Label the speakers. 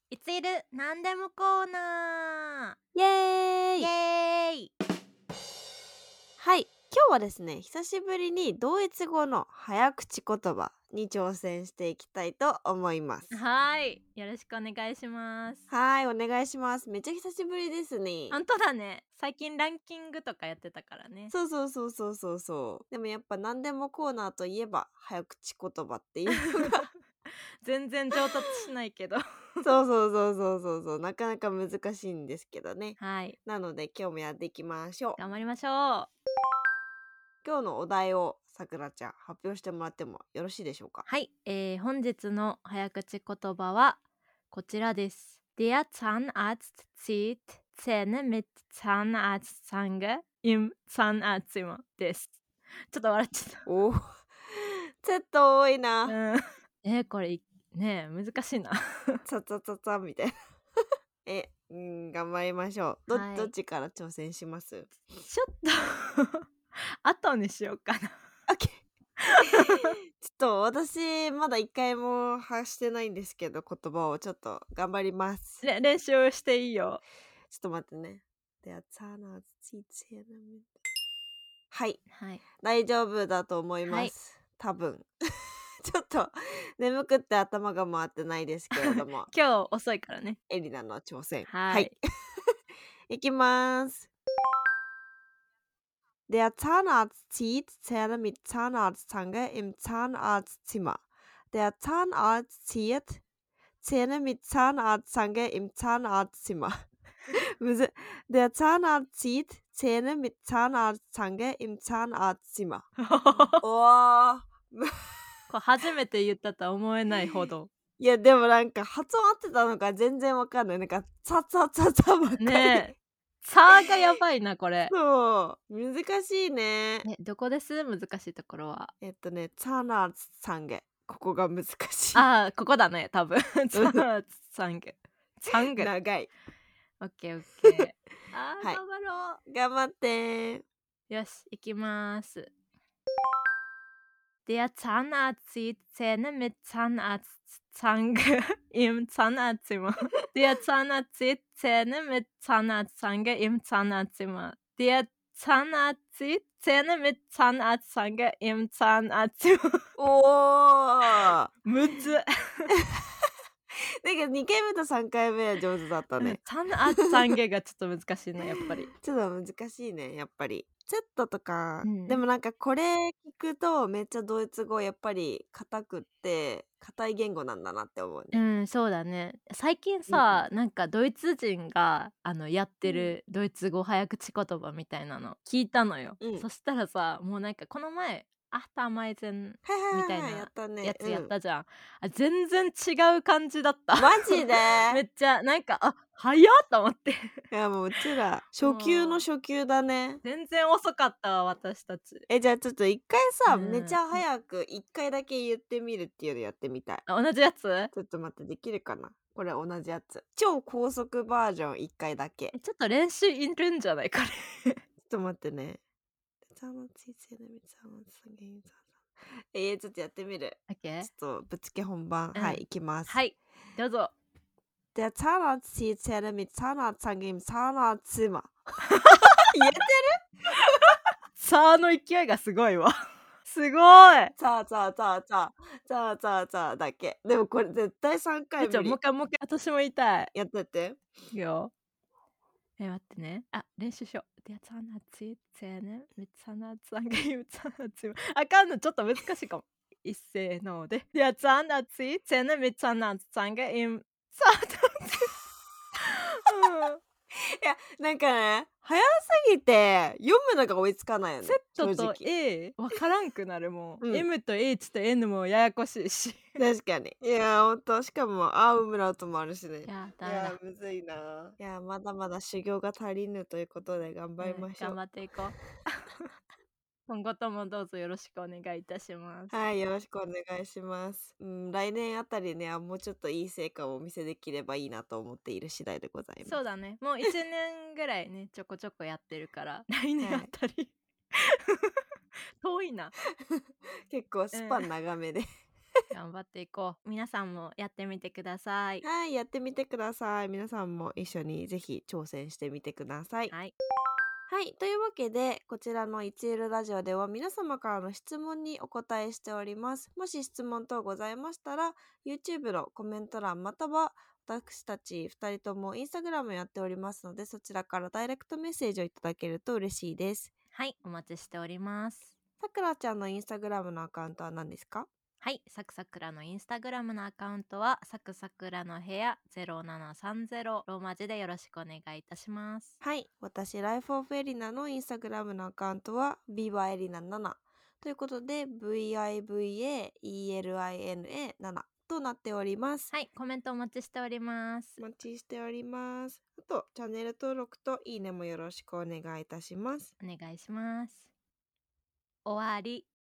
Speaker 1: いついるなんでもコーナ
Speaker 2: イエーイ
Speaker 1: ーイエーイ。
Speaker 2: はい、今日はですね、久しぶりにドイツ語の早口言葉に挑戦していきたいと思います。
Speaker 1: はーい、よろしくお願いします。
Speaker 2: はい、お願いします。めっちゃ久しぶりですね。
Speaker 1: 本当だね、最近ランキングとかやってたからね。
Speaker 2: そう。でもやっぱ何でもコーナーといえば早口言葉っていうのが
Speaker 1: 全然上達しないけど
Speaker 2: そう、なかなか難しいんですけどね。
Speaker 1: はい、
Speaker 2: なので今日もやっていきましょう。
Speaker 1: 頑張りましょう。
Speaker 2: 今日のお題をさくらちゃん発表してもらってもよろしいでしょうか。
Speaker 1: はい、本日の早口言葉はこちらです。Der Zahnarzt zieht Zähne mit Zahnarztzange im Zahnarztzimmer です。ちょっと笑っちゃった。
Speaker 2: おーちょっと多いな。
Speaker 1: これねえ難しいな
Speaker 2: ツァツァツァツァみたいな頑張りましょう。
Speaker 1: はい
Speaker 2: どっちから挑戦します？
Speaker 1: ちょっと後にしようかな
Speaker 2: オッケーちょっと私まだ一回も発してないんですけど、言葉をちょっと頑張ります。
Speaker 1: 練習していいよ。
Speaker 2: ちょっと待ってね。Der Zahnarzt zieht Zähne mit はい、
Speaker 1: はい、
Speaker 2: 大丈夫だと思い
Speaker 1: はい、
Speaker 2: ます。多分ちょっと眠くって頭が回ってないですけれども
Speaker 1: 今日遅いからね。
Speaker 2: エリナの挑戦。はい。
Speaker 1: はい。
Speaker 2: いきます。Der Zahnarzt zieht Zähne mit Zahnarztzange im Zahnarztzimmer. Der Zahnarzt zieht Zähne mit Zahnarztzange im Zahnarztzimmer. Der Zahnarzt zieht Zähne mit Zahnarztzange im Zahnarztzimmer. おー
Speaker 1: これ初めて言ったとは思えないほど。
Speaker 2: いやでもなんか発音合ってたのか全然わかんない。なんかツァツァツァツァばっかり。
Speaker 1: ねえ。差がやばいなこれ。
Speaker 2: そう難しいね。
Speaker 1: どこです？難しいところは。
Speaker 2: Zahnarztzange。ここが難しい。
Speaker 1: ああ、ここだね、多分。サング。
Speaker 2: 長い。
Speaker 1: オッケーオッケー。
Speaker 2: はい
Speaker 1: 頑張ろう。
Speaker 2: 頑張って
Speaker 1: よし、行きます。Der Zahnarzt zieht Zähne mit Zahnarztzange im Zahnarztzimmer. Der Zahnarzt zieht Zähne mit Zahnarztzange im Zahnarztzimmer. Der Zahnarzt zieht Zähne mit Zahnarztzange im Zahnarztzimmer.
Speaker 2: おー
Speaker 1: むずっ。
Speaker 2: なんか2回目と3回目は上手だったね。
Speaker 1: Zahnarztzange がちょっと難しいなやっぱり。
Speaker 2: ちょっと難しいねやっぱり。ちょっととか、
Speaker 1: うん
Speaker 2: でもなんかこれ聞くとめっちゃドイツ語やっぱり硬くって硬い言語なんだなって思うね。
Speaker 1: そうだね。最近さ、なんかドイツ人がやってるドイツ語早口言葉みたいなの聞いたのよ。
Speaker 2: うん
Speaker 1: そしたらさ、もうなんかこの前アフターマイゼンみたい
Speaker 2: やっ
Speaker 1: な
Speaker 2: たね。
Speaker 1: やつやったじゃん。全然違う感じだった。
Speaker 2: マジで
Speaker 1: めっちゃなんか早っと思って。
Speaker 2: いやもううちら初級の初級だね。
Speaker 1: 全然遅かったわ私たち。
Speaker 2: じゃあちょっと一回さ、
Speaker 1: うん
Speaker 2: めちゃ早く一回だけ言ってみるっていうのやってみたい。
Speaker 1: 同じやつ？
Speaker 2: ちょっと待ってできるかな。これ同じやつ。超高速バージョン一回だけ。
Speaker 1: ちょっと練習いるんじゃないこれ。
Speaker 2: ちょっと待ってね。ちょっとやってみる。
Speaker 1: オッケー？
Speaker 2: ちょっとぶっつけ本番。はい、いきます。
Speaker 1: はい、どうぞ。
Speaker 2: Der Zahnarzt zieht Zähne mit Zahnarztzange im Zahnarztzimmer. 言えて
Speaker 1: さあの勢いがすごいわ。すごい。
Speaker 2: さあだけ。でもこれ絶対3回無理。
Speaker 1: もう一回私も言いたい。
Speaker 2: やってて。
Speaker 1: いいよ。待ってね。練習しよう。Der Zahnarzt zieht Zähne mit Zahnarztzange im Zahnarztzimmer。あかんの、ちょっと難しいかも。一斉ので。Der Zahnarzt zieht Zähne mit Zahnarztzange im Zahnarztzimmer。
Speaker 2: いやなんかね早すぎて読むのが追いつかないよね。
Speaker 1: セットと A わからんくなるもん。M と H と N もややこしいし。
Speaker 2: 確かに。いやほんとしかもウムラウトもあるしね。
Speaker 1: いやダメだ。
Speaker 2: むずいな。いやまだまだ修行が足りぬということで頑張りましょう。
Speaker 1: 頑張っていこう。今後ともどうぞよろしくお願いいたします。
Speaker 2: はい、よろしくお願いします。来年あたりね、もうちょっといい成果をお見せできればいいなと思っている次第でございます。
Speaker 1: そうだね。もう1年ぐらいね、ちょこちょこやってるから、来年あたり。遠いな。
Speaker 2: 結構スパン長めで。
Speaker 1: 頑張っていこう。皆さんもやってみてください。
Speaker 2: はい、やってみてください。皆さんも一緒にぜひ挑戦してみてください。
Speaker 1: はい。
Speaker 2: はい。というわけで、こちらのいちえるラジオでは皆様からの質問にお答えしております。もし質問等ございましたら、YouTube のコメント欄または私たち2人とも Instagram やっておりますので、そちらからダイレクトメッセージをいただけると嬉しいです。
Speaker 1: はい、お待ちしております。
Speaker 2: さくらちゃんの Instagram のアカウントは何ですか？
Speaker 1: はい、サクサクラのインスタグラムのアカウントはサクサクラの部屋0730ローマ字でよろしくお願いいたします。
Speaker 2: はい。私、ライフオフエリナのインスタグラムのアカウントは、ビバエリナ7ということで、VIVAELINA7 となっております。
Speaker 1: はい、コメントお待ちしております。
Speaker 2: お待ちしております。あと、チャンネル登録といいねもよろしくお願いいたします。
Speaker 1: お願いします。終わり。